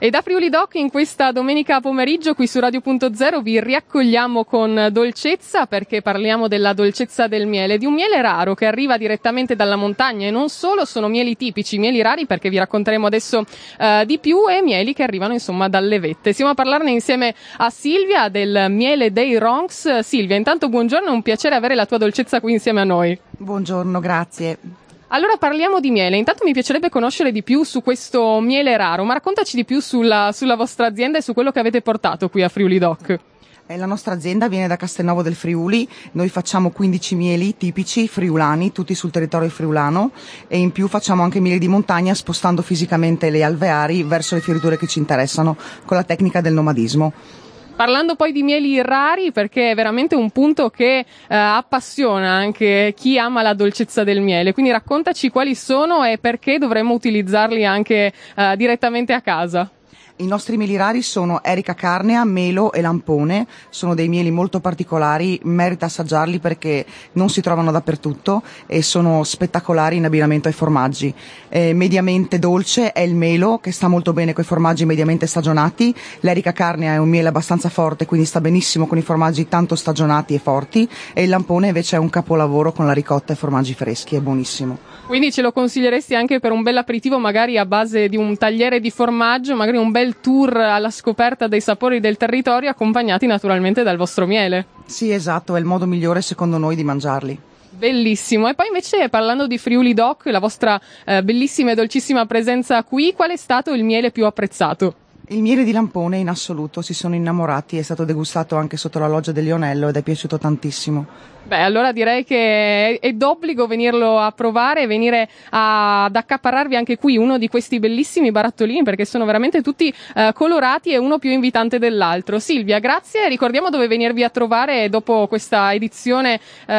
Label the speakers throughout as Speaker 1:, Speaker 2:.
Speaker 1: E da Friuli Doc in questa domenica pomeriggio qui su Radio.0 vi riaccogliamo con dolcezza, perché parliamo della dolcezza del miele, di un miele raro che arriva direttamente dalla montagna, e non solo, sono mieli tipici, mieli rari perché vi racconteremo adesso di più, e mieli che arrivano insomma dalle vette. Stiamo a parlarne insieme a Silvia del miele dei Ronx. Silvia, intanto buongiorno, è un piacere avere la tua dolcezza qui insieme a noi.
Speaker 2: Buongiorno, grazie.
Speaker 1: Allora parliamo di miele. Intanto mi piacerebbe conoscere di più su questo miele raro, ma raccontaci di più sulla vostra azienda e su quello che avete portato qui a Friuli Doc.
Speaker 2: La nostra azienda viene da Castelnuovo del Friuli, noi facciamo 15 mieli tipici friulani, tutti sul territorio friulano, e in più facciamo anche mieli di montagna spostando fisicamente le alveari verso le fioriture che ci interessano con la tecnica del nomadismo.
Speaker 1: Parlando poi di mieli rari, perché è veramente un punto che appassiona anche chi ama la dolcezza del miele, quindi raccontaci quali sono e perché dovremmo utilizzarli anche direttamente a casa.
Speaker 2: I nostri mieli rari sono Erica carnea, melo e lampone, sono dei mieli molto particolari, merita assaggiarli perché non si trovano dappertutto e sono spettacolari in abbinamento ai formaggi. Mediamente dolce è il melo, che sta molto bene con i formaggi mediamente stagionati. L'Erica carnea è un miele abbastanza forte, quindi sta benissimo con i formaggi tanto stagionati e forti, e il lampone invece è un capolavoro con la ricotta e formaggi freschi, è buonissimo.
Speaker 1: Quindi ce lo consiglieresti anche per un bel aperitivo, magari a base di un tagliere di formaggio, magari un bel tour alla scoperta dei sapori del territorio, accompagnati naturalmente dal vostro miele.
Speaker 2: Sì, esatto, è il modo migliore secondo noi di mangiarli.
Speaker 1: Bellissimo. E poi invece, parlando di Friuli Doc, la vostra bellissima e dolcissima presenza qui, qual è stato il miele più apprezzato?
Speaker 2: Il miele di lampone in assoluto, si sono innamorati, è stato degustato anche sotto la loggia del Lionello ed è piaciuto tantissimo.
Speaker 1: Beh, allora direi che è d'obbligo venirlo a provare e venire ad accaparrarvi anche qui uno di questi bellissimi barattolini, perché sono veramente tutti colorati e uno più invitante dell'altro. Silvia, grazie, ricordiamo dove venirvi a trovare dopo questa edizione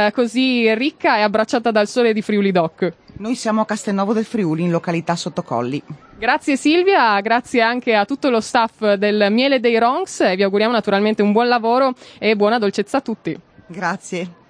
Speaker 1: così ricca e abbracciata dal sole di Friuli Doc.
Speaker 2: Noi siamo a Castelnuovo del Friuli, in località Sottocolli.
Speaker 1: Grazie Silvia, grazie anche a tutto lo staff del Miele dei Ronx e vi auguriamo naturalmente un buon lavoro e buona dolcezza a tutti.
Speaker 2: Grazie.